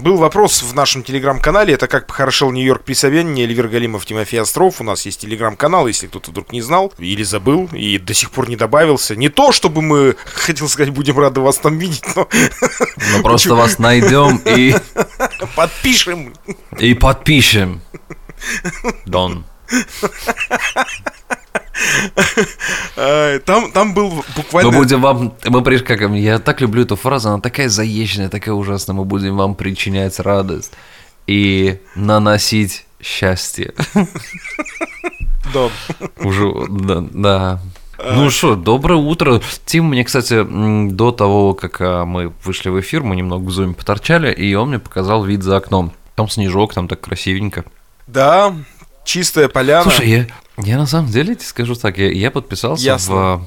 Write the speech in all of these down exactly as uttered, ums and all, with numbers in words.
был вопрос в нашем телеграм-канале, это как похорошел Нью-Йорк при Собянине, Эльвир Галимов, Тимофей Остров. У нас есть телеграм-канал, если кто-то вдруг не знал или забыл и до сих пор не добавился. Не то, чтобы мы, хотел сказать, будем рады вас там видеть, но... Но просто вас найдем и... Подпишем. И подпишем. Дон. Там, там был буквально... Мы будем вам... Мы пришли, как... Я так люблю эту фразу, она такая заезженная, такая ужасная. Мы будем вам причинять радость и наносить счастье. Да. Уже, да, да. Ну что, доброе утро. Тим мне, кстати, до того, как мы вышли в эфир, мы немного в зуме поторчали, и он мне показал вид за окном. Там снежок, там так красивенько. Да, чистая поляна. Слушай, я, я на самом деле тебе скажу так, я, я подписался в,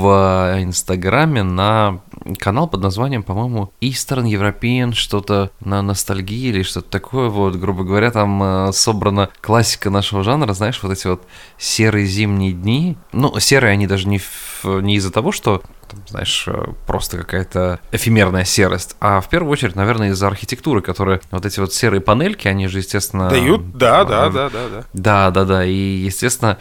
в Инстаграме на канал под названием, по-моему, Eastern European, что-то на ностальгии или что-то такое, вот, грубо говоря, там э, собрана классика нашего жанра, знаешь, вот эти вот серые зимние дни, ну, серые они даже не, в, не из-за того, что, там, знаешь, просто какая-то эфемерная серость, а в первую очередь, наверное, из-за архитектуры, которая, вот эти вот серые панельки, они же, естественно... Дают, да, да, да, да, да. Да, да, да, и, естественно,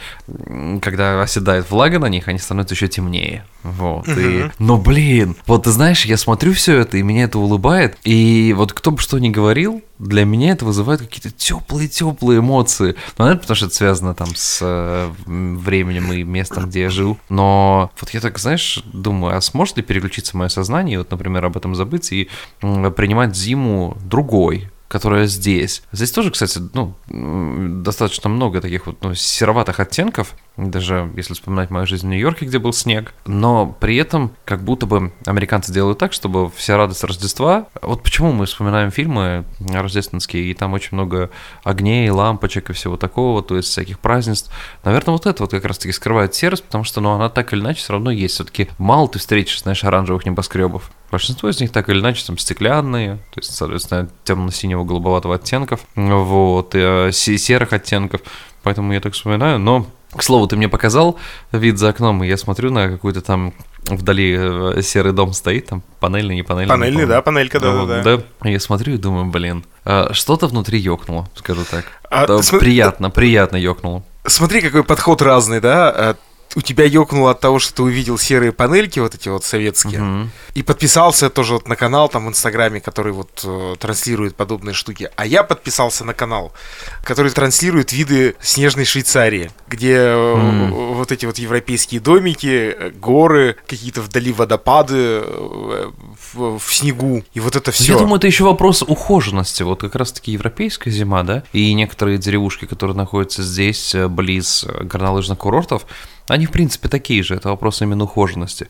когда оседает влага на них, они становятся еще темнее, вот, угу. и... Но, блин, вот ты знаешь, я смотрю все это, и меня это улыбает, и вот кто бы что ни говорил, для меня это вызывает какие-то теплые-теплые эмоции. Ну, наверное, потому что это связано там с э, временем и местом, где я жил. Но вот я так, знаешь, думаю, а сможет ли переключиться мое сознание, вот, например, об этом забыть и э, принимать зиму другой, которая здесь. Здесь тоже, кстати, ну, достаточно много таких вот ну, сероватых оттенков, даже если вспоминать мою жизнь в Нью-Йорке, где был снег, но при этом как будто бы американцы делают так, чтобы вся радость Рождества... Вот почему мы вспоминаем фильмы рождественские, и там очень много огней, лампочек и всего такого, то есть всяких празднеств. Наверное, вот это вот как раз-таки скрывает серость, потому что ну, она так или иначе все равно есть. Все-таки мало ты встретишь, знаешь, оранжевых небоскребов. Большинство из них так или иначе там стеклянные, то есть, соответственно, темно-синего голубоватого оттенков, вот, и серых оттенков, поэтому я так вспоминаю, но, к слову, ты мне показал вид за окном, и я смотрю на какой-то там вдали серый дом стоит, там панельный, не панельный. Панельный, да, панелька, да-да-да. Да, да. Я смотрю и думаю, блин, что-то внутри ёкнуло, скажу так. А, да, см... Приятно, приятно ёкнуло. Смотри, какой подход разный, да? У тебя ёкнуло от того, что ты увидел серые панельки, вот эти вот советские, uh-huh. и подписался тоже вот на канал там в Инстаграме, который вот э, транслирует подобные штуки. А я подписался на канал, который транслирует виды снежной Швейцарии, где uh-huh. вот эти вот европейские домики, горы, какие-то вдали водопады э, в, в снегу, и вот это все. Я думаю, это еще вопрос ухоженности, вот как раз-таки европейская зима, да, и некоторые деревушки, которые находятся здесь, близ горнолыжных курортов, они, в принципе, такие же. Это вопрос именно ухоженности.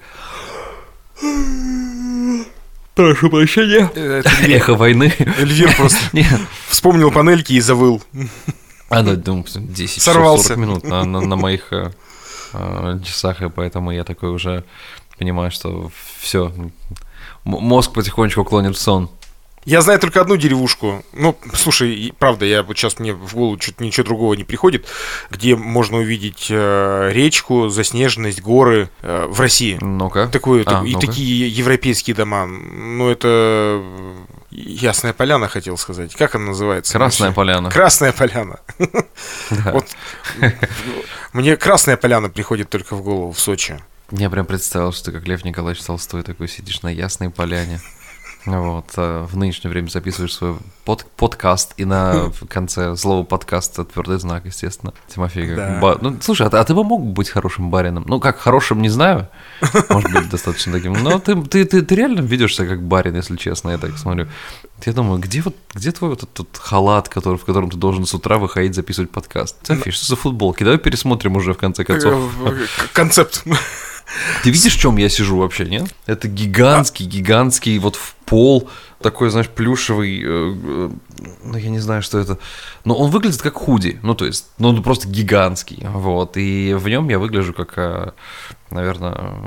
Прошу прощения. Эхо войны. Эльвир просто вспомнил панельки и завыл. А, да, думаю, десять часов сорок минут на, на, на моих э, э, часах, и поэтому я такой уже понимаю, что все, мозг потихонечку клонит в сон. Я знаю только одну деревушку. Ну, слушай, правда, я вот сейчас мне в голову что-то ничего другого не приходит, где можно увидеть э, речку, заснеженность, горы э, в России. Ну-ка. Такую, а, так, и ну-ка. такие европейские дома. Ну, это Ясная Поляна, хотел сказать. Как она называется? Красная Поляна. Красная Поляна. Вот мне Красная Поляна приходит только в голову в Сочи. Я прям представил, что ты как Лев Николаевич Толстой такой сидишь на Ясной Поляне. Вот, в нынешнее время записываешь свой под, подкаст, и на конце слова подкаста твердый знак, естественно. Тимофей, как да. ба... Ну, слушай, а ты, а ты бы мог быть хорошим барином? Ну, как хорошим, не знаю. Может быть, достаточно таким. Но ты, ты, ты, ты реально ведешься как барин, если честно, я так смотрю. Я думаю, где вот где твой вот этот халат, который, в котором ты должен с утра выходить записывать подкаст? Тимофей, что за футболки? Давай пересмотрим уже в конце концов. Концепт. Ты видишь, в чем я сижу вообще, нет? Это гигантский, гигантский, вот в пол, такой, знаешь, плюшевый, э, э, ну, я не знаю, что это, но он выглядит как худи, ну, то есть, ну, он просто гигантский, вот, и в нем я выгляжу как, э, наверное,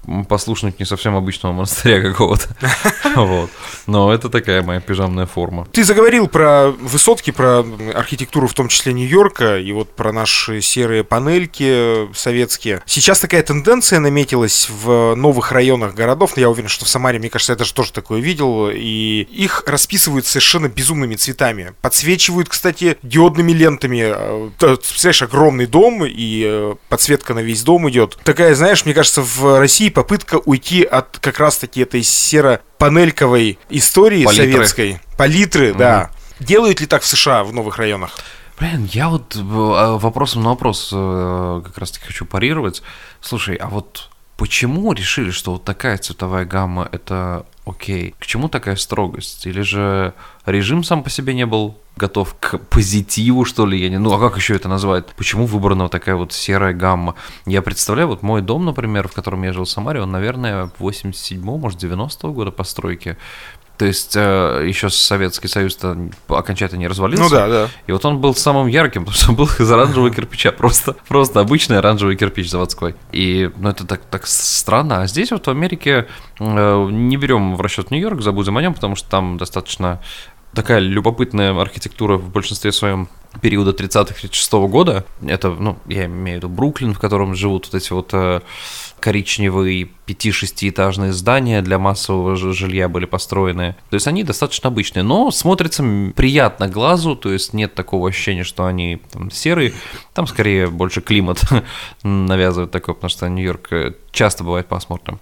послушник не совсем обычного монастыря какого-то. Вот. Но это такая моя пижамная форма. Ты заговорил про высотки, про архитектуру, в том числе Нью-Йорка, и вот про наши серые панельки советские. Сейчас такая тенденция наметилась в новых районах городов. Я уверен, что в Самаре, мне кажется, я даже тоже такое видел. И их расписывают совершенно безумными цветами. Подсвечивают, кстати, диодными лентами. Представляешь, огромный дом, и подсветка на весь дом идет. Такая, знаешь, мне кажется, в России попытка уйти от как раз-таки этой серо-панельковой истории Палитры. советской. Палитры, угу. да. Делают ли так в США, в новых районах? Блин, я вот вопросом на вопрос как раз-таки хочу парировать. Слушай, а вот почему решили, что вот такая цветовая гамма — это окей? К чему такая строгость? Или же режим сам по себе не был готов к позитиву, что ли? Я не... Ну, а как еще это назвать? Почему выбрана вот такая вот серая гамма? Я представляю, вот мой дом, например, в котором я жил в Самаре, он, наверное, восемьдесят седьмого, может, девяностого года постройки. То есть э, еще Советский Союз-то окончательно не развалился. Ну да, да. И вот он был самым ярким, потому что он был из оранжевого кирпича. Просто, просто обычный оранжевый кирпич заводской. И ну, это так, так странно. А здесь вот в Америке э, не берем в расчет Нью-Йорк, забудем о нем, потому что там достаточно такая любопытная архитектура в большинстве своем периода тридцатых-тридцать шестого года. Это, ну, я имею в виду Бруклин, в котором живут вот эти вот э, коричневые пяти-шестиэтажные здания для массового жилья были построены. То есть они достаточно обычные, но смотрятся приятно глазу, то есть нет такого ощущения, что они там серые. Там скорее больше климат навязывает такой, потому что Нью-Йорк часто бывает пасмурным.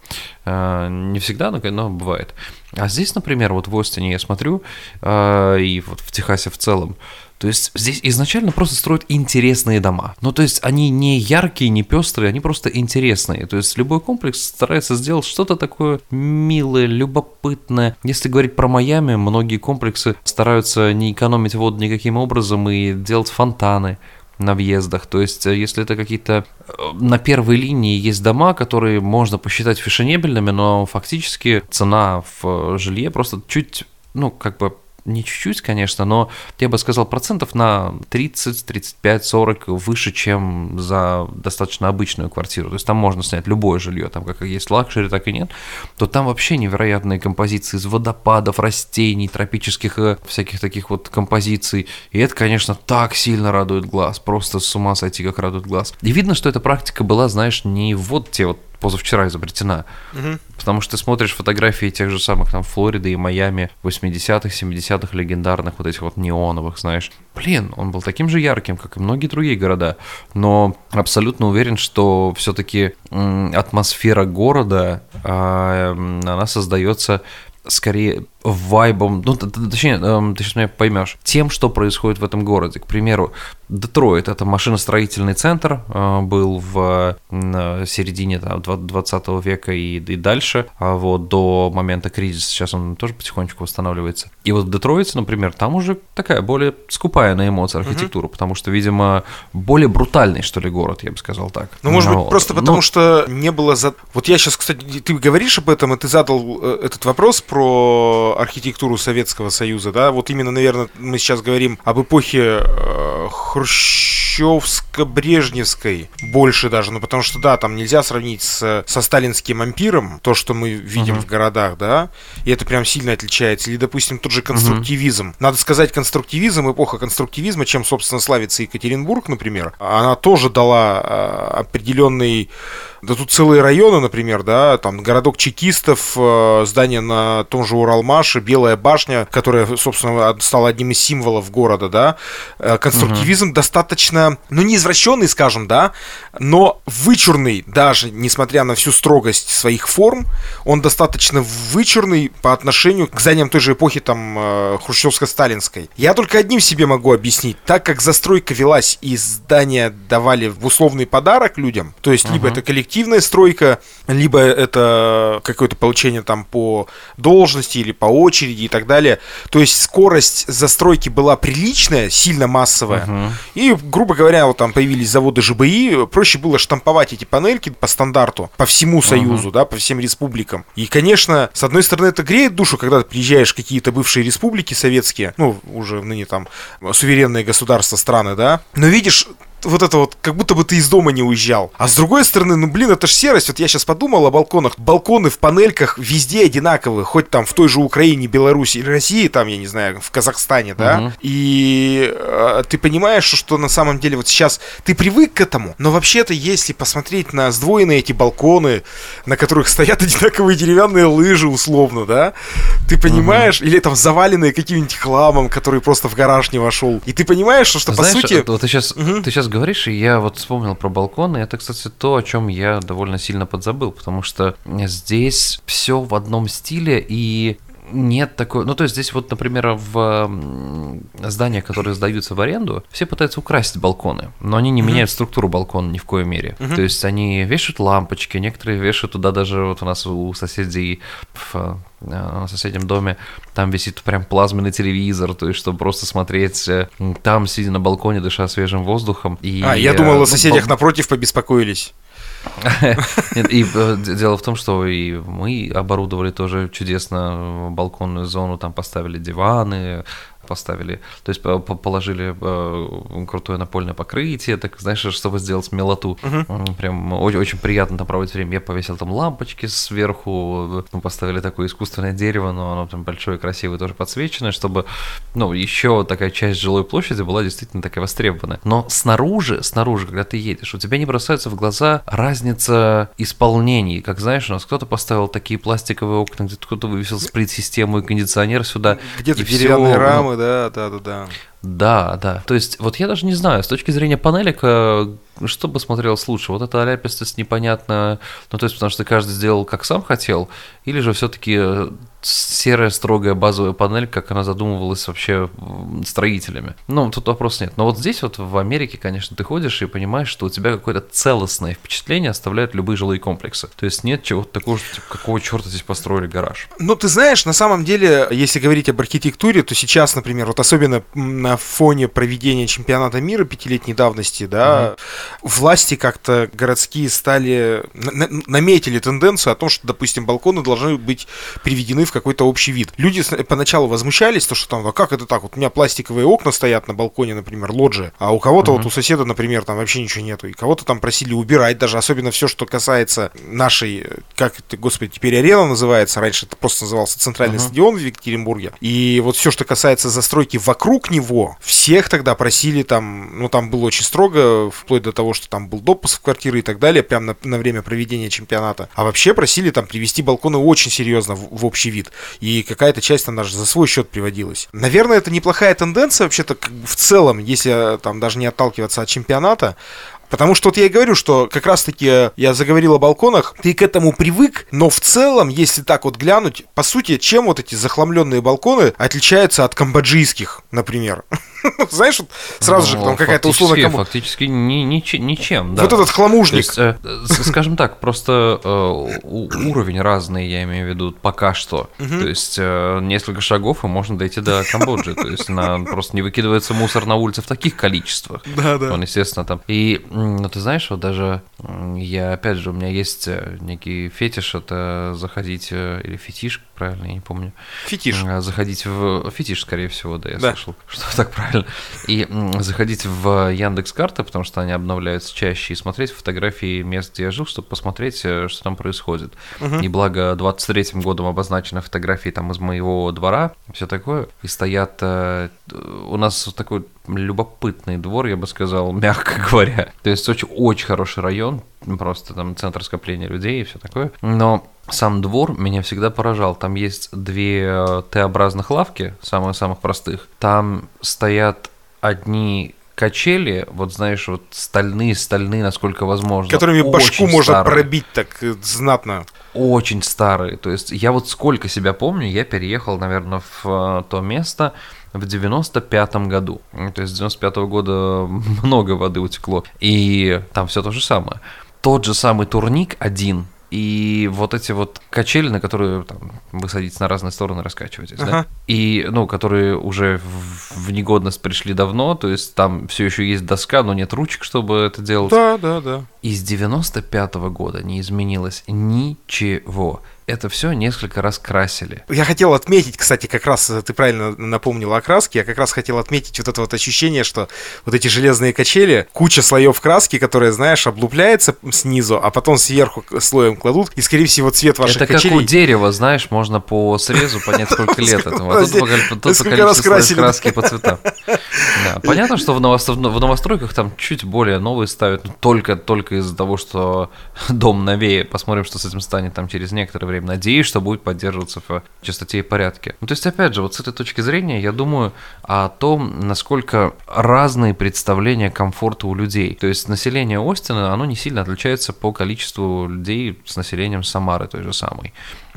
Не всегда, но бывает. А здесь, например, вот в Остине я смотрю, и вот в Техасе в целом, то есть здесь изначально просто строят интересные дома. Ну, то есть они не яркие, не пестрые, они просто интересные. То есть любой комплекс старается сделать что-то такое милое, любопытное. Если говорить про Майами, многие комплексы стараются не экономить воду никаким образом и делать фонтаны на въездах. То есть если это какие-то на первой линии есть дома, которые можно посчитать фешенебельными, но фактически цена в жилье просто чуть, ну, как бы не чуть-чуть, конечно, но я бы сказал процентов на тридцать, тридцать пять, сорок выше, чем за достаточно обычную квартиру. То есть там можно снять любое жилье, там как есть лакшери, так и нет. То там вообще невероятные композиции из водопадов, растений, тропических всяких таких вот композиций. И это, конечно, так сильно радует глаз, просто с ума сойти, как радует глаз. И видно, что эта практика была, знаешь, не вот те вот позавчера изобретена. Угу. Потому что ты смотришь фотографии тех же самых там Флориды и Майами восьмидесятых, семидесятых легендарных вот этих вот неоновых, знаешь. Блин, он был таким же ярким, как и многие другие города. Но абсолютно уверен, что все-таки м- атмосфера города, а, она создается скорее вайбом, ну, точнее, ты сейчас меня поймешь, тем, что происходит в этом городе. К примеру, Детройт — это машиностроительный центр, был в середине там, двадцатого века и, и дальше, а вот до момента кризиса, сейчас он тоже потихонечку восстанавливается. И вот в Детройте, например, там уже такая более скупая на эмоции архитектура, uh-huh. потому что, видимо, более брутальный, что ли, город, я бы сказал так. Ну, может вот. быть, просто потому, Но... что не было... За... Вот я сейчас, кстати, ты говоришь об этом, и ты задал этот вопрос про архитектуру Советского Союза, да, вот именно, наверное, мы сейчас говорим об эпохе э, хрущевско-брежневской больше даже, ну, потому что, да, там нельзя сравнить с, со сталинским ампиром, то, что мы видим uh-huh. в городах, да, и это прям сильно отличается, или, допустим, тот же конструктивизм. Uh-huh. Надо сказать, конструктивизм, эпоха конструктивизма, чем, собственно, славится Екатеринбург, например, она тоже дала э, определенный... Да тут целые районы, например, да, там городок чекистов, э, здание на том же Уралмаше, Белая башня, которая, собственно, стала одним из символов города, да. Э, конструктивизм uh-huh. достаточно, ну, не извращенный, скажем, да, но вычурный, даже несмотря на всю строгость своих форм, он достаточно вычурный по отношению к зданиям той же эпохи, там, э, хрущевско-сталинской. Я только одним себе могу объяснить, так как застройка велась и здания давали в условный подарок людям, то есть uh-huh. либо это коллектив, стройка, либо это какое-то получение там по должности или по очереди и так далее. То есть скорость застройки была приличная, сильно массовая. Uh-huh. И, грубо говоря, вот там появились заводы ЖБИ, проще было штамповать эти панельки по стандарту, по всему Союзу, uh-huh. да, по всем республикам. И, конечно, с одной стороны, это греет душу, когда ты приезжаешь в какие-то бывшие республики советские, ну, уже ныне там суверенные государства, страны, да, но видишь вот это вот, как будто бы ты из дома не уезжал. А с другой стороны, ну блин, это ж серость. Вот я сейчас подумал о балконах. Балконы в панельках везде одинаковые. Хоть там в той же Украине, Беларуси или России, там, я не знаю, в Казахстане, да. Uh-huh. И э, ты понимаешь, что, что на самом деле вот сейчас ты привык к этому. Но вообще-то, если посмотреть на сдвоенные эти балконы, на которых стоят одинаковые деревянные лыжи, условно, да, ты понимаешь, uh-huh. или там заваленные каким-нибудь хламом, который просто в гараж не вошел. И ты понимаешь, что, что Знаешь, по сути... вот ты сейчас, uh-huh. ты сейчас говоришь, и я вот вспомнил про балконы. Это, кстати, то, о чем я довольно сильно подзабыл, потому что здесь все в одном стиле, и нет такой... Ну, то есть здесь вот, например, в зданиях, которые сдаются в аренду, все пытаются украсить балконы, но они не uh-huh. меняют структуру балкона ни в коей мере. Uh-huh. То есть они вешают лампочки, некоторые вешают туда даже... Вот у нас у соседей в... на соседнем доме, там висит прям плазменный телевизор, то есть, чтобы просто смотреть там, сидя на балконе, дыша свежим воздухом. И, а, я думал, о соседях ну, напротив побеспокоились. Нет, и дело в том, что и мы оборудовали тоже чудесно балконную зону, там поставили диваны, поставили, то есть положили э, крутое напольное покрытие, так, знаешь, чтобы сделать милоту. Uh-huh. Прям очень, очень приятно там проводить время. Я повесил там лампочки сверху, мы поставили такое искусственное дерево, но оно там большое, красивое, тоже подсвеченное, чтобы, ну, еще такая часть жилой площади была действительно такая востребованная. Но снаружи, снаружи, когда ты едешь, у тебя не бросается в глаза разница исполнений. Как знаешь, у нас кто-то поставил такие пластиковые окна, где-то кто-то вывесил сплит-систему и кондиционер сюда. Где-то деревянные все, рамы, да, да, да, да. Да, да. То есть, вот я даже не знаю, с точки зрения панелек, что бы смотрелось лучше? Вот эта аляпистость непонятно, ну, то есть, потому что каждый сделал, как сам хотел, или же все-таки серая, строгая базовая панель, как она задумывалась вообще строителями. Ну, тут вопроса нет. Но вот здесь вот в Америке, конечно, ты ходишь и понимаешь, что у тебя какое-то целостное впечатление оставляют любые жилые комплексы. То есть нет чего-то такого, что типа, какого черта здесь построили гараж. Ну, ты знаешь, на самом деле, если говорить об архитектуре, то сейчас, например, вот особенно на фоне проведения чемпионата мира пятилетней давности, да, угу. власти как-то городские стали, на- наметили тенденцию о том, что, допустим, балконы должны быть приведены в какой-то общий вид. Люди поначалу возмущались, то, что там, а как это так? Вот у меня пластиковые окна стоят на балконе, например, лоджия, а у кого-то uh-huh. вот у соседа, например, там вообще ничего нету, и кого-то там просили убирать даже, особенно все, что касается нашей, как это, господи, теперь арена называется, раньше это просто назывался центральный uh-huh. стадион в Екатеринбурге, и вот все, что касается застройки вокруг него, всех тогда просили там, ну там было очень строго, вплоть до того, что там был допуск в квартиры и так далее, прямо на, на время проведения чемпионата, а вообще просили там привести балконы очень серьезно в, в общий вид. И какая-то часть там даже за свой счет приводилась. Наверное, это неплохая тенденция вообще-то в целом, если там даже не отталкиваться от чемпионата. Потому что вот я и говорю, что как раз-таки я заговорил о балконах, ты к этому привык, но в целом, если так вот глянуть, по сути, чем вот эти захламленные балконы отличаются от камбоджийских, например? Знаешь, вот сразу же там какая-то условная камбоджа. Фактически ни, ни, ничем, да. Вот этот хламужник. То есть, э, скажем так, просто э, уровень разный, я имею в виду, пока что. Uh-huh. То есть э, несколько шагов, и можно дойти до Камбоджи. То есть на, просто не выкидывается мусор на улице в таких количествах. Да, да. Он, естественно, там. И, ну, ты знаешь, вот даже я, опять же, у меня есть некий фетиш, это заходить, или фетиш, правильно, я не помню. Фетиш. Заходить в... Фетиш, скорее всего, да, я да. слышал, что так правильно. И заходить в Яндекс.Карты, потому что они обновляются чаще, и смотреть фотографии мест, где я жил, чтобы посмотреть, что там происходит. Uh-huh. И благо двадцать третьим годом обозначены фотографии там из моего двора, все такое. И стоят... Э, у нас такой любопытный двор, я бы сказал, мягко говоря. То есть очень, очень хороший район, просто там центр скопления людей и все такое. Но сам двор меня всегда поражал. Там есть две Т-образных лавки, самых-самых простых. Там стоят одни качели, вот знаешь, вот стальные-стальные, насколько возможно. Которыми очень башку можно старые. Пробить так знатно. Очень старые. То есть я вот сколько себя помню, я переехал, наверное, в то место в девяносто пятом году. То есть с девяносто пятого года много воды утекло. И там все то же самое. Тот же самый турник один. И вот эти вот качели, на которые там, вы садитесь на разные стороны, раскачиваетесь, uh-huh. да? И, ну, которые уже в, в негодность пришли давно, то есть там все еще есть доска, но нет ручек, чтобы это делать. Да, да, да. И с девяносто пятого года не изменилось ничего. это все несколько раз красили. Я хотел отметить, кстати, как раз ты правильно напомнил о краске, я как раз хотел отметить вот это вот ощущение, что вот эти железные качели, куча слоев краски, которая, знаешь, облупляется снизу, а потом сверху слоем кладут, и, скорее всего, цвет ваших это качелей... Это как у дерева, знаешь, можно по срезу понять, сколько лет этому, а тут по количеству краски по цветам. Понятно, что в новостройках там чуть более новые ставят, только только из-за того, что дом новее. Посмотрим, что с этим станет там через некоторое время. Надеюсь, что будет поддерживаться в чистоте и порядке. Ну, то есть, опять же, вот с этой точки зрения, я думаю о том, насколько разные представления комфорта у людей. То есть, население Остина, оно не сильно отличается по количеству людей с населением Самары той же самой.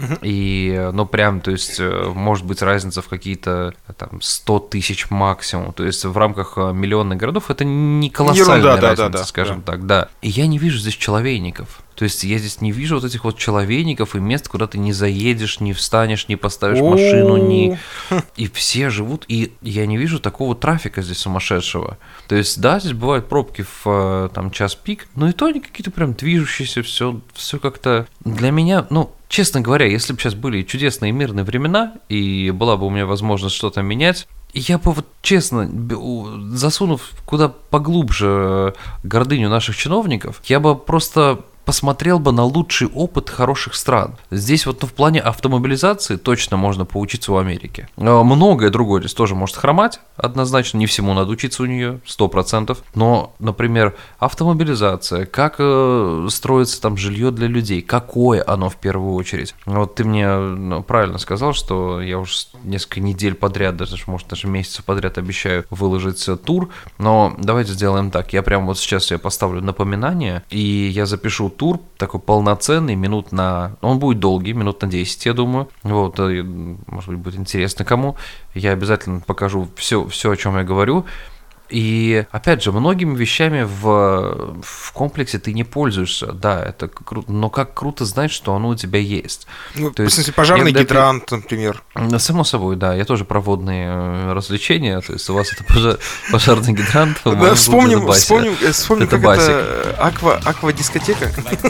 И, ну, прям, то есть, может быть разница в какие-то там сто тысяч максимум. То есть, в рамках миллионных городов это не колоссальная Ерунда, разница, да, да, да, скажем да. так, да. И я не вижу здесь человейников. То есть я здесь не вижу вот этих вот человейников и мест, куда ты не заедешь, не встанешь, не поставишь машину, не... И все живут, и я не вижу такого трафика здесь сумасшедшего. То есть, да, здесь бывают пробки в там час пик, но и то они какие-то прям движущиеся, все, все как-то... Для меня, ну, честно говоря, если бы сейчас были чудесные мирные времена, и была бы у меня возможность что-то менять, я бы вот честно, засунув куда поглубже гордыню наших чиновников, я бы просто посмотрел бы на лучший опыт хороших стран. Здесь вот ну, в плане автомобилизации точно можно поучиться у Америки. Многое другое здесь тоже может хромать, однозначно, не всему надо учиться у нее, сто процентов. Но, например, автомобилизация, как э, строится там жилье для людей, какое оно в первую очередь. Вот ты мне ну, правильно сказал, что я уже несколько недель подряд, даже, может, даже месяцев подряд обещаю выложить тур, но давайте сделаем так. Я прямо вот сейчас себе поставлю напоминание, и я запишу тур такой полноценный, минут на... Он будет долгий, минут на десять, я думаю. Вот, может быть, будет интересно кому. Я обязательно покажу все, все, о чем я говорю. И, опять же, многими вещами в, в комплексе ты не пользуешься. Да, это круто, но как круто знать, что оно у тебя есть. Ну, то в смысле, пожарный я, гидрант, ты... например. Само собой, да. Я тоже про водные развлечения. То есть у вас это пожар... пожарный гидрант. Да, вспомним, вспомним, вспомним, как это аква, аквадискотека.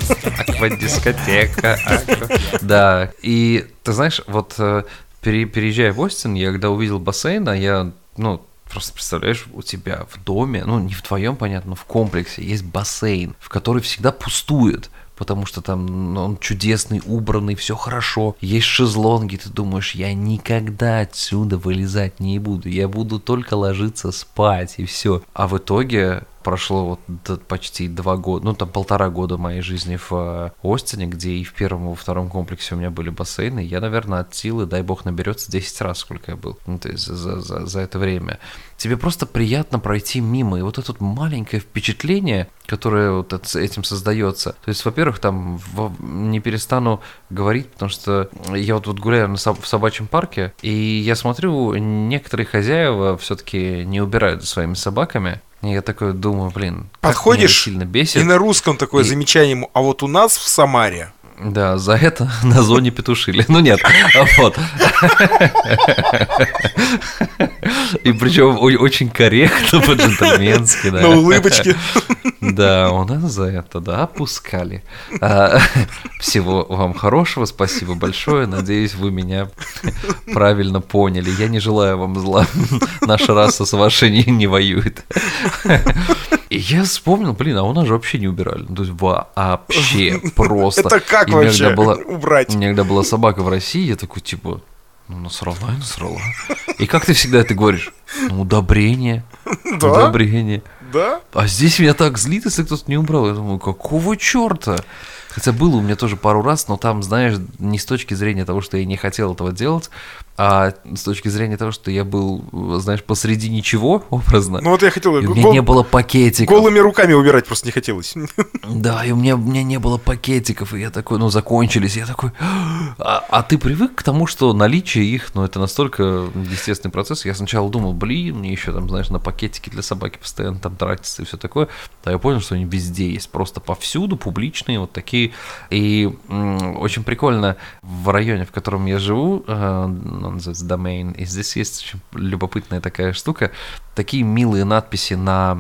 Аквадискотека. Да, и ты знаешь, вот переезжая в Остин, я когда увидел бассейн, я, ну, просто представляешь, у тебя в доме, ну не в твоем, понятно, но в комплексе есть бассейн, в который всегда пустует, потому что там ну, он чудесный, убранный, все хорошо, есть шезлонги, ты думаешь, я никогда отсюда вылезать не буду, я буду только ложиться спать и все. А в итоге прошло вот почти два года, ну там полтора года моей жизни в Остине, где и в первом, и во втором комплексе у меня были бассейны. Я, наверное, от силы, дай бог, наберется десять раз, сколько я был, ну, то есть за, за, за это время. Тебе просто приятно пройти мимо, и вот это вот маленькое впечатление, которое вот этим создается. То есть, во-первых, там в, не перестану говорить, потому что я вот, вот гуляю на, в собачьем парке, и я смотрю, некоторые хозяева все-таки не убирают за своими собаками. И я такой думаю, блин, подходишь сильно бесит. И на русском такое и... замечание, а вот у нас в Самаре. Да, за это на зоне петушили. Ну нет, вот. И причем очень корректно, по-джентльменски, да. На улыбочке. Да, у нас за это, да, опускали. Всего вам хорошего, спасибо большое. Надеюсь, вы меня правильно поняли. Я не желаю вам зла. Наша раса с вашей не, не воюет. И я вспомнил, блин, а у нас же вообще не убирали. То есть вообще просто. Это как и вообще была, убрать? У меня когда была собака в России, я такой, типа, ну, насрала и насрала. И как ты всегда это говоришь? Ну, удобрение. Да? Удобрение. Да? А здесь меня так злит, если кто-то не убрал. Я думаю, какого черта? Хотя было у меня тоже пару раз, но там, знаешь, не с точки зрения того, что я не хотел этого делать, а с точки зрения того, что я был, знаешь, посреди ничего, образно. Ну вот я хотел... И у меня гол... не было пакетиков. Голыми руками убирать просто не хотелось. Да, и у меня, у меня не было пакетиков, и я такой, ну, закончились, и я такой... А, а ты привык к тому, что наличие их, ну, это настолько естественный процесс. Я сначала думал, блин, мне еще там, знаешь, на пакетики для собаки постоянно там тратится и все такое. А я понял, что они везде есть, просто повсюду, публичные, вот такие И, и м, очень прикольно в районе, в котором я живу, э, он называется Domain, и здесь есть очень любопытная такая штука, такие милые надписи на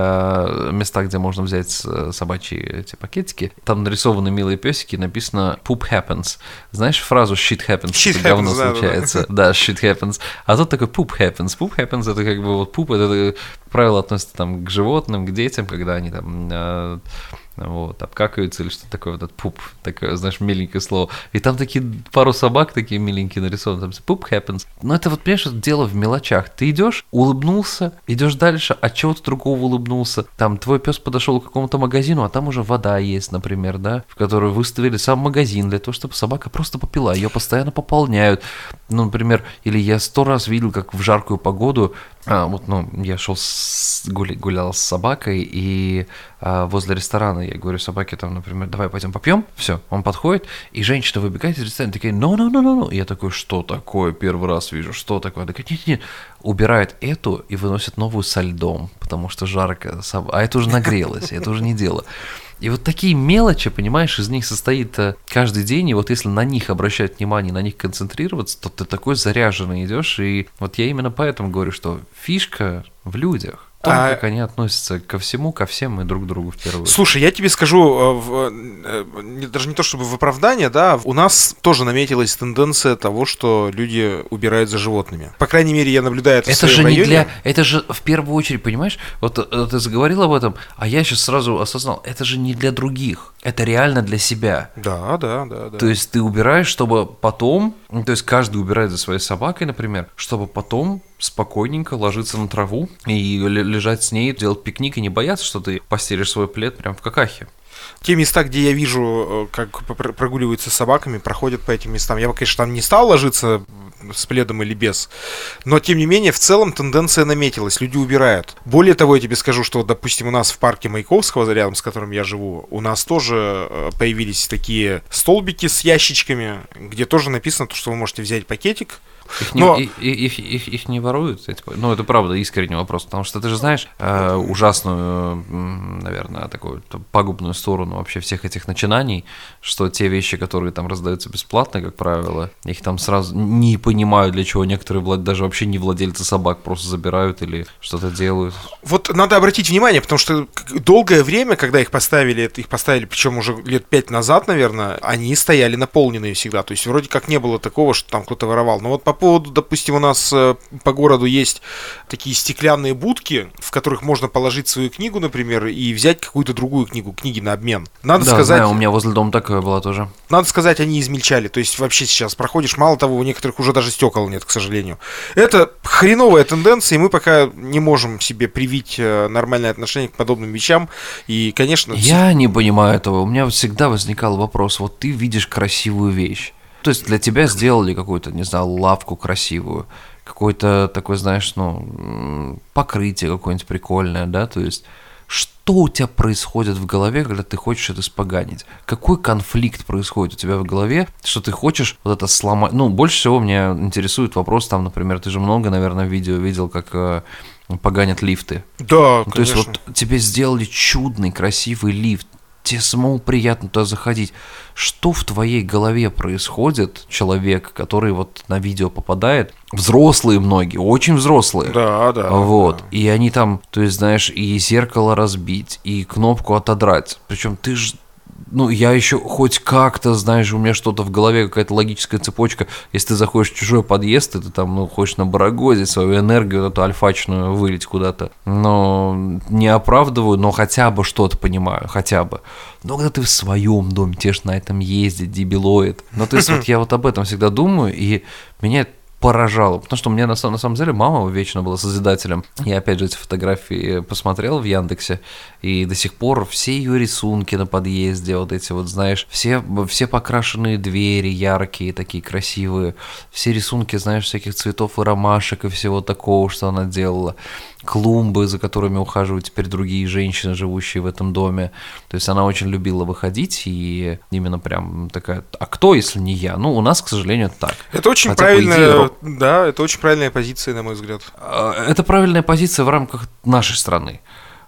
э, местах, где можно взять собачьи эти пакетики. Там нарисованы милые песики, написано poop happens. Знаешь фразу shit happens? Shit это говно happens, случается. Да, да, shit happens. А тут такой poop happens. Poop happens это как бы вот poop, это, как правило, относится там к животным, к детям, когда они там э, вот, обкакаются или что-то такое, вот этот пуп, такое, знаешь, миленькое слово. И там такие пару собак такие миленькие нарисованы, там poop happens. Но это вот, понимаешь, это дело в мелочах. Ты идешь, улыбнулся, идешь дальше, от чего-то другого улыбнулся. Там твой пес подошел к какому-то магазину, а там уже вода есть, например, да, в которую выставили сам магазин для того, чтобы собака просто попила. Ее постоянно пополняют. Ну, например, или я сто раз видел, как в жаркую погоду, а, вот, ну, я шел с, гуля, гулял с собакой, и а, возле ресторана я говорю собаке, там, например, давай пойдем попьем. Все, он подходит, и женщина выбегает из ресторана, такая, no, no, no, no, no. Я такой, что такое? Первый раз вижу, что такое? Она такая, нет-нет, убирает эту и выносит новую со льдом, потому что жарко, а это уже нагрелось, это уже не дело. И вот такие мелочи, понимаешь, из них состоит каждый день, и вот если на них обращать внимание, на них концентрироваться, то ты такой заряженный идешь, и вот я именно поэтому говорю, что фишка в людях. В том, а... как они относятся ко всему, ко всем и друг к другу в первую очередь. Слушай, я тебе скажу, в, даже не то чтобы в оправдание, да, у нас тоже наметилась тенденция того, что люди убирают за животными. По крайней мере, я наблюдаю это, это в своем же районе. Не для, это же в первую очередь, понимаешь, вот ты заговорил об этом, а я сейчас сразу осознал, это же не для других, это реально для себя. Да, да, да, да. То есть ты убираешь, чтобы потом, ну, то есть каждый убирает за своей собакой, например, чтобы потом спокойненько ложиться на траву и лежать с ней, делать пикник и не бояться, что ты постелишь свой плед прям в какахе. Те места, где я вижу, как прогуливаются с собаками, проходят по этим местам. Я бы, конечно, там не стал ложиться с пледом или без, но, тем не менее, в целом тенденция наметилась, люди убирают. Более того, я тебе скажу, что, допустим, у нас в парке Маяковского, рядом с которым я живу, у нас тоже появились такие столбики с ящичками, где тоже написано, что вы можете взять пакетик. Их не, Но... их, их, их, их не воруют? Ну, это правда искренний вопрос, потому что ты же знаешь э, ужасную, наверное, такую пагубную сторону вообще всех этих начинаний, что те вещи, которые там раздаются бесплатно, как правило, их там сразу не понимают, для чего некоторые влад... даже вообще не владельцы собак просто забирают или что-то делают. Вот надо обратить внимание, потому что долгое время, когда их поставили, их поставили, причем уже лет пять назад, наверное, они стояли наполненные всегда, то есть вроде как не было такого, что там кто-то воровал, но вот по поводу, допустим, у нас э, по городу есть такие стеклянные будки, в которых можно положить свою книгу, например, и взять какую-то другую книгу, книги на обмен. Надо да, сказать, знаю, у меня возле дома такое было тоже. Надо сказать, они измельчали, то есть вообще сейчас проходишь, мало того, у некоторых уже даже стекол нет, к сожалению. Это хреновая тенденция, и мы пока не можем себе привить нормальное отношение к подобным вещам, и, конечно... Я не понимаю этого, у меня всегда возникал вопрос, вот ты видишь красивую вещь, то есть для тебя сделали какую-то, не знаю, лавку красивую, какое-то такое, знаешь, ну, покрытие какое-нибудь прикольное, да, то есть что у тебя происходит в голове, когда ты хочешь это испоганить? Какой конфликт происходит у тебя в голове, что ты хочешь вот это сломать? Ну, больше всего меня интересует вопрос, там, например, ты же много, наверное, видео видел, как э, поганят лифты. Да, ну, конечно. То есть вот тебе сделали чудный, красивый лифт, тебе самому приятно туда заходить. Что в твоей голове происходит, человек, который вот на видео попадает? Взрослые многие, очень взрослые. Да, да. Вот. Да. И они там, то есть, знаешь, и зеркало разбить, и кнопку отодрать. Причем ты же... Ну, я еще хоть как-то, знаешь, у меня что-то в голове, какая-то логическая цепочка. Если ты заходишь в чужой подъезд, и ты там, ну, хочешь набарагозить свою энергию, вот эту альфачную вылить куда-то. Но не оправдываю, но хотя бы что-то понимаю, хотя бы. Но когда ты в своем доме, тебе ж на этом ездить, дебилоид. Ну, то есть вот я вот об этом всегда думаю, и меня это поражало, потому что у меня на, на самом деле мама вечно была созидателем. Я опять же эти фотографии посмотрел в Яндексе, и до сих пор все ее рисунки на подъезде, вот эти вот, знаешь, все, все покрашенные двери яркие, такие красивые, все рисунки, знаешь, всяких цветов и ромашек и всего такого, что она делала. Клумбы, за которыми ухаживают теперь другие женщины, живущие в этом доме. То есть она очень любила выходить, и именно прям такая, а кто, если не я? Ну, у нас, к сожалению, так. Это очень Хотя, правильная, идее, да, это очень правильная позиция, на мой взгляд. Это правильная позиция в рамках нашей страны.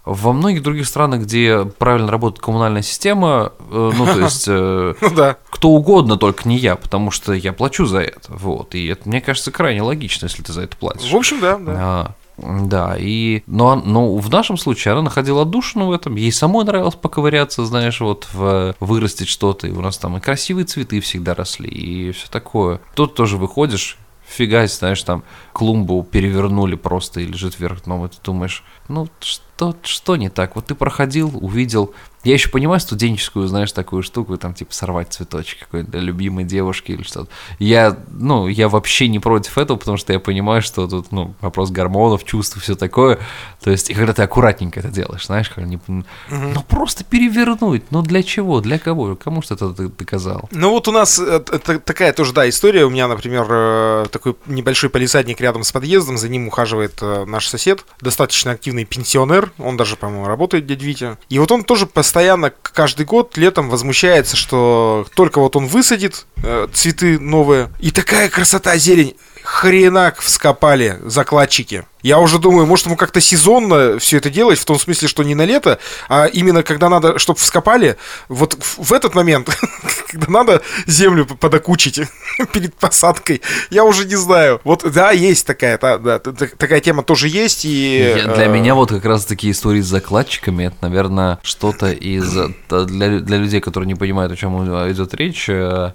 во многих других странах, где правильно работает коммунальная система, э, ну, то есть, э, ну, да. кто угодно, только не я, потому что я плачу за это, вот, и это, мне кажется, крайне логично, если ты за это платишь. В общем, да, да. А, да, и, но, но в нашем случае она находила отдушину в этом, ей самой нравилось поковыряться, знаешь, вот, в, вырастить что-то, и у нас там и красивые цветы всегда росли, и все такое. Тут тоже выходишь, фигась, знаешь, там клумбу перевернули просто и лежит вверх дном, и ты думаешь, ну, что, что не так? Вот ты проходил, увидел. Я еще понимаю студенческую, знаешь, такую штуку, там, типа, сорвать цветочек какой-то для любимой девушки или что-то. Я, ну, я вообще не против этого, потому что я понимаю, что тут, ну, вопрос гормонов, чувств, все такое. То есть, и когда ты аккуратненько это делаешь, знаешь, как не... угу. Ну, просто перевернуть, ну, для чего, для кого, кому что это доказал? Ну, вот у нас это, такая тоже, да, история. У меня, например, такой небольшой палисадник рядом с подъездом, за ним ухаживает наш сосед, достаточно активный пенсионер, он даже, по-моему, работает, дядя Витя. И вот он тоже постоянно каждый год летом возмущается, что только вот он высадит э, цветы новые, и такая красота, зелень, хренак вскопали закладчики. Я уже думаю, может ему как-то сезонно все это делать, в том смысле, что не на лето, а именно когда надо, чтобы вскопали, вот в этот момент, когда надо землю подокучить перед посадкой, я уже не знаю. Вот, да, есть такая, да, да, такая тема тоже есть. И, я, для э... меня вот как раз такие истории с закладчиками, это, наверное, что-то из... Для, для людей, которые не понимают, о чем идет речь, э,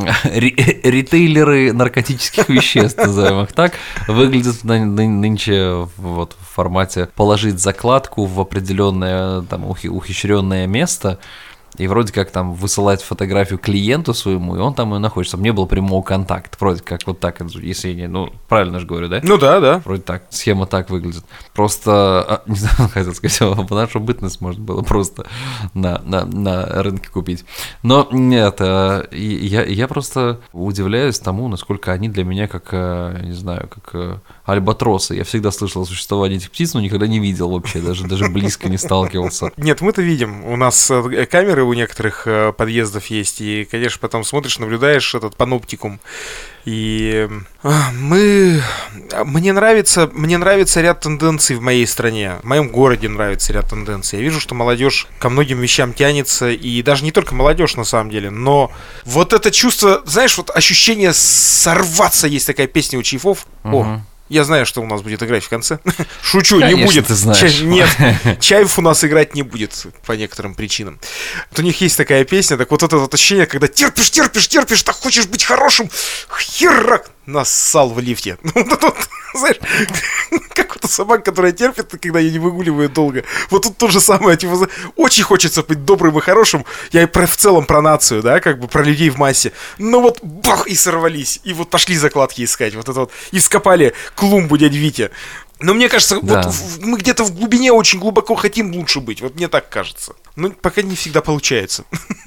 ритейлеры наркотических веществ, назовем их так, выглядят нынче вот в формате положить закладку в определенное там ухищренное место и вроде как там высылать фотографию клиенту своему, и он там и находится, чтобы не было прямого контакта, вроде как вот так, если я не, ну, правильно же говорю, да? Ну да, да. Вроде так, схема так выглядит. Просто, не знаю, хотел сказать, нашу бытность можно было просто на, на, на рынке купить. Но нет, я, я просто удивляюсь тому, насколько они для меня как, не знаю, как альбатросы. Я всегда слышал о существовании этих птиц, но никогда не видел вообще, даже, даже близко не сталкивался. Нет, мы-то видим, у нас камеры у некоторых э, подъездов есть, и, конечно, потом смотришь, наблюдаешь этот паноптикум, и э, мы... Мне нравится, мне нравится ряд тенденций в моей стране, в моем городе нравится ряд тенденций. Я вижу, что молодежь ко многим вещам тянется, и даже не только молодежь, на самом деле, но вот это чувство, знаешь, вот ощущение сорваться, есть такая песня у Чайфов. Угу. О, я знаю, что у нас будет играть в конце. Шучу, конечно, не будет. Ты знаешь. Чай... Нет, Чаев у нас играть не будет по некоторым причинам. Вот у них есть такая песня, так вот это вот ощущение, когда терпишь, терпишь, терпишь, так хочешь быть хорошим, херак, нассал в лифте. Ну, вот, вот, знаешь, как вот собака, которая терпит, когда ее не выгуливают долго. Вот тут то же самое, типа, очень хочется быть добрым и хорошим. Я и про, в целом про нацию, да, как бы про людей в массе. Но вот бах, и сорвались. И вот пошли закладки искать. Вот это вот. И скопали клумбу дядь Витя. Но мне кажется, да. вот в, мы где-то в глубине очень глубоко хотим лучше быть. Вот мне так кажется. Но пока не всегда получается.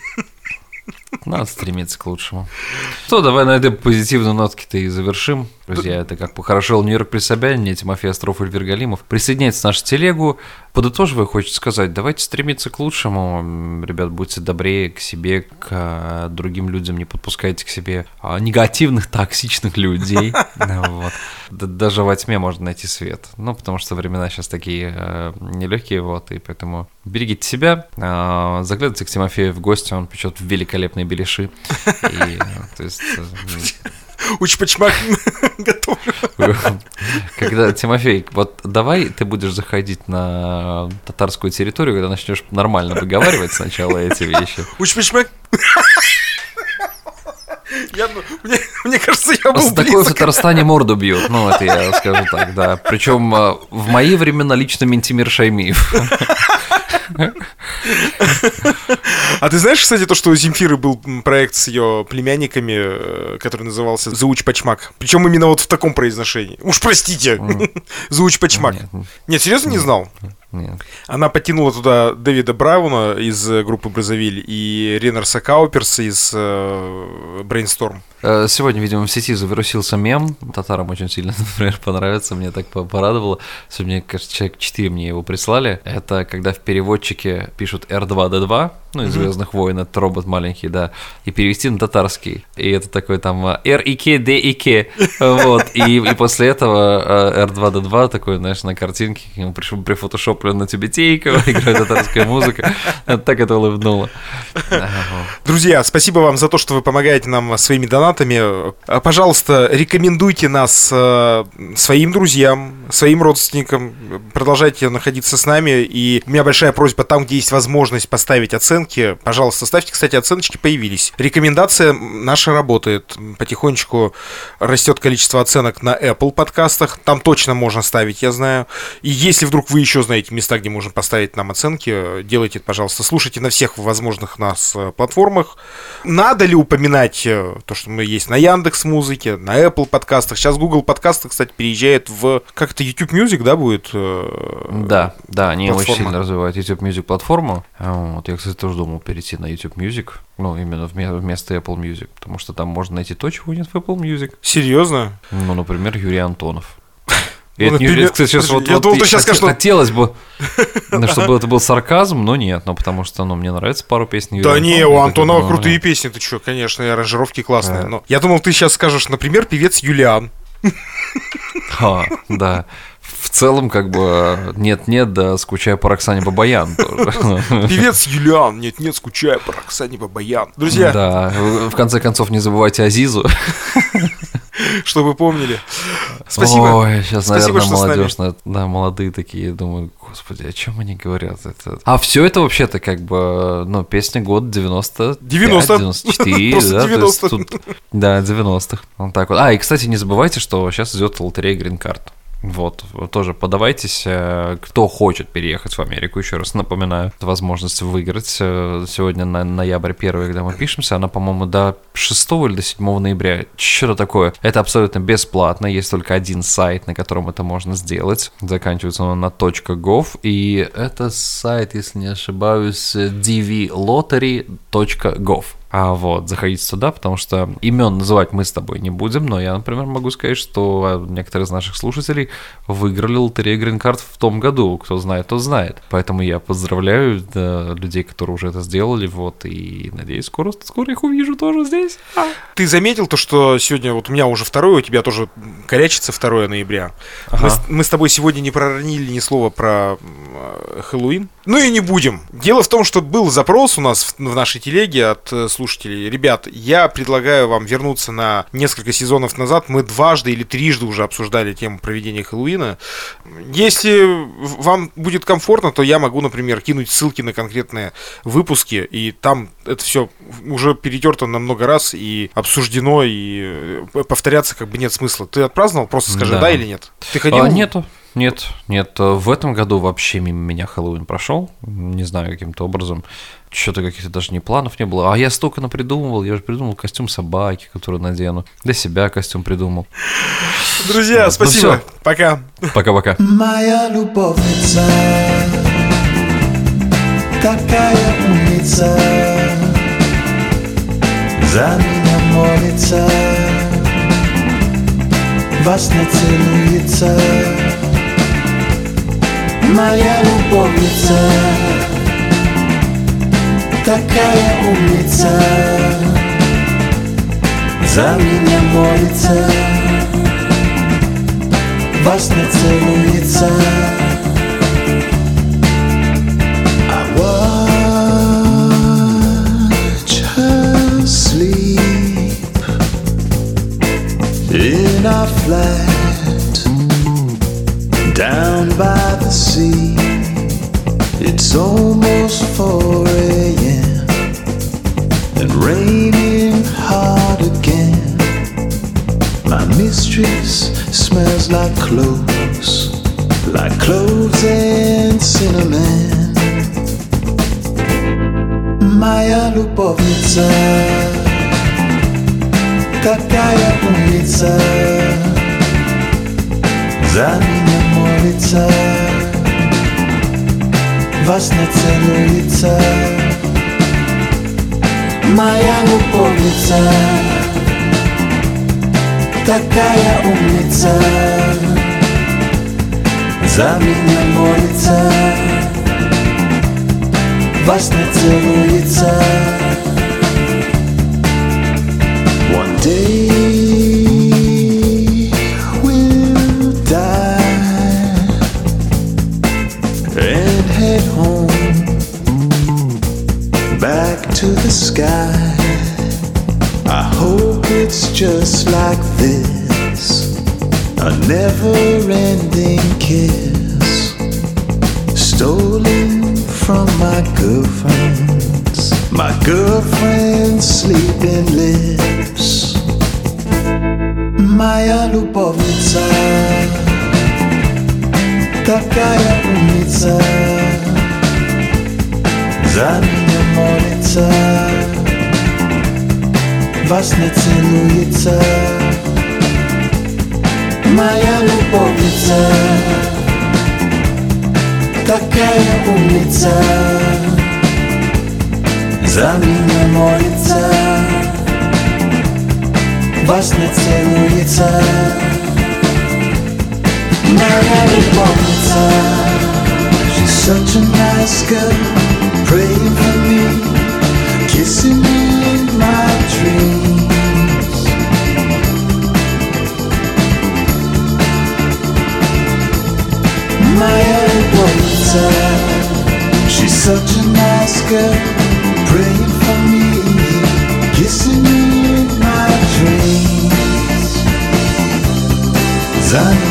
Надо стремиться к лучшему. Что, давай на этой позитивной нотке-то и завершим. Друзья, это как похорошел Нью-Йорк при Собянине, Тимофей Остров, Эльвир Галимов. Присоединяйтесь в нашу телегу. Подытоживая, хочется сказать, давайте стремиться к лучшему. Ребят, будьте добрее к себе, к другим людям, не подпускайте к себе негативных, токсичных людей. Даже во тьме можно найти свет. Ну, потому что времена сейчас такие нелегкие, вот, и поэтому берегите себя, заглядывайте к Тимофею в гости, он печет великолепные беляши. И, то есть... Учпачмак готов. Когда, Тимофей, вот давай ты будешь заходить на татарскую территорию, когда начнешь нормально выговаривать сначала эти вещи. Учпачмак. Я, ну, мне, мне кажется, я был такой близок. в Татарстане морду бьют, ну это я скажу так, да. Причем в мои времена лично Ментимир Шаймиев. А ты знаешь, кстати, то, что у Земфиры был проект с ее племянниками, который назывался «Заучпачмак». Причем именно вот в таком произношении. Уж простите. Mm. «Заучпачмак». Нет, Нет, серьезно не знал? Нет. Она подтянула туда Дэвида Брауна из группы Бразовиль и Ренарса Кауперса из э, Brainstorm. Сегодня, видимо, в сети завирусился мем. Татарам очень сильно, например, понравится. Мне так порадовало. Сегодня, мне кажется, человек четыре мне его прислали. Это когда в переводчике пишут эр два дэ два, ну, из «Звездных войн», этот робот маленький, да, и перевести на татарский. И это такой там эр и кей, дэ и кей, вот. И, и после этого эр два дэ два такой, знаешь, на картинке, к нему пришел прифотошоплен на тюбетейку, играет татарская музыка. Так это улыбнуло. Друзья, спасибо вам за то, что вы помогаете нам своими донатами. Пожалуйста, рекомендуйте нас своим друзьям, своим родственникам. Продолжайте находиться с нами. И у меня большая просьба, там, где есть возможность поставить оценки, пожалуйста, ставьте. Кстати, оценочки появились. Рекомендация наша работает. Потихонечку растет количество оценок на Apple подкастах. Там точно можно ставить, я знаю. И если вдруг вы еще знаете места, где можно поставить нам оценки, делайте это, пожалуйста. Слушайте на всех возможных нас платформах. Надо ли упоминать то, что мы есть на Яндекс.Музыке, на Apple подкастах? Сейчас Google подкасты, кстати, переезжает в... Как это, YouTube Music, да, будет? Да, да, они платформа. Очень сильно развивают YouTube Music платформу. Вот, я, кстати, тоже думал перейти на YouTube Music, ну, именно вместо Apple Music, потому что там можно найти то, чего нет в Apple Music. Серьезно? Ну, например, Юрий Антонов. Ну, это, например, это, кстати, сейчас вот, я вот, думал, ты сейчас скажешь, что... Хотелось бы, чтобы это был сарказм, но нет, ну, потому что, ну, мне нравится пару песен Юрия Да не, у Антонова крутые песни, ты что, конечно, и аранжировки классные. Но я думал, ты сейчас скажешь, например, певец Юлиан. А, да. В целом, как бы, нет-нет, да, скучаю по Роксане Бабаян тоже. Певец Юлиан, нет-нет, скучаю по Роксане Бабаян. Друзья. Да, в конце концов, не забывайте Азизу. Чтобы вы помнили. Спасибо. Ой, сейчас, Спасибо, наверное, молодежь, да, молодые такие, думаю, господи, о чем они говорят? Это... А все это вообще-то как бы, ну, песня год девяносто девяносто девяносто четыре, Просто да, девяносто. Тут, да, девяностых. Вот так вот. А, и, кстати, не забывайте, что сейчас идет лотерея Green Card. Вот, тоже подавайтесь, кто хочет переехать в Америку, еще раз напоминаю, возможность выиграть. Сегодня на ноябрь первый, когда мы пишемся, она, по-моему, до шестого или до седьмого ноября, что-то такое. Это абсолютно бесплатно, есть только один сайт, на котором это можно сделать. Заканчивается он на .gov, и это сайт, если не ошибаюсь, ди ви лотери точка gov. А вот, заходите сюда, потому что имен называть мы с тобой не будем, но я, например, могу сказать, что некоторые из наших слушателей выиграли лотерею Green Card в том году, кто знает, тот знает. Поэтому я поздравляю да, людей, которые уже это сделали, вот, и надеюсь, скоро, скоро их увижу тоже здесь. А. Ты заметил то, что сегодня, вот у меня уже второе, у тебя тоже корячится второе ноября. Ага. Мы, с, мы с тобой сегодня не проронили ни слова про э, Хэллоуин. Ну и не будем. Дело в том, что был запрос у нас в, в нашей телеге от э, слушателей. Ребят, я предлагаю вам вернуться на несколько сезонов назад. Мы дважды или трижды уже обсуждали тему проведения Хэллоуина. Если вам будет комфортно, то я могу, например, кинуть ссылки на конкретные выпуски, и там это все уже перетерто на много раз и обсуждено, и повторяться как бы нет смысла. Ты отпраздновал? Просто скажи, да, да или нет? Ты ходил? А, нету. Нет, нет, в этом году вообще мимо меня Хэллоуин прошел, не знаю, каким-то образом, что-то каких-то даже не планов не было, а я столько напридумывал, я же придумал костюм собаки, который надену, для себя костюм придумал. Друзья, ну, спасибо, ну, пока. Пока-пока. Моя любовница, такая умница, за меня молится, во сне целуется. Моя любовница, такая умница, за меня молится, во сне целуется. I watch her sleep in our flat down by the sea. It's almost four a.m. and raining hard again. My mistress smells like cloves, like cloves and cinnamon. Моя любовница, такая умница, за меня молится, во сне целуется. Моя любовница, такая умница, за меня молится, во сне целуется. One day we'll die and head home back to the sky. I hope it's just like this, a never-ending kiss, stolen from my girlfriend's, my girlfriend's sleeping lips. Моя любовница, такая умница, за меня молится, во сне целуется. Моя любовница, такая умница, за меня молится, во сне целуется. Моя любовница, she's such a nice girl, praying for me, kissing me in my dreams. Моя любовница, she's such a nice girl, praying for me, kissing me in my dreams. За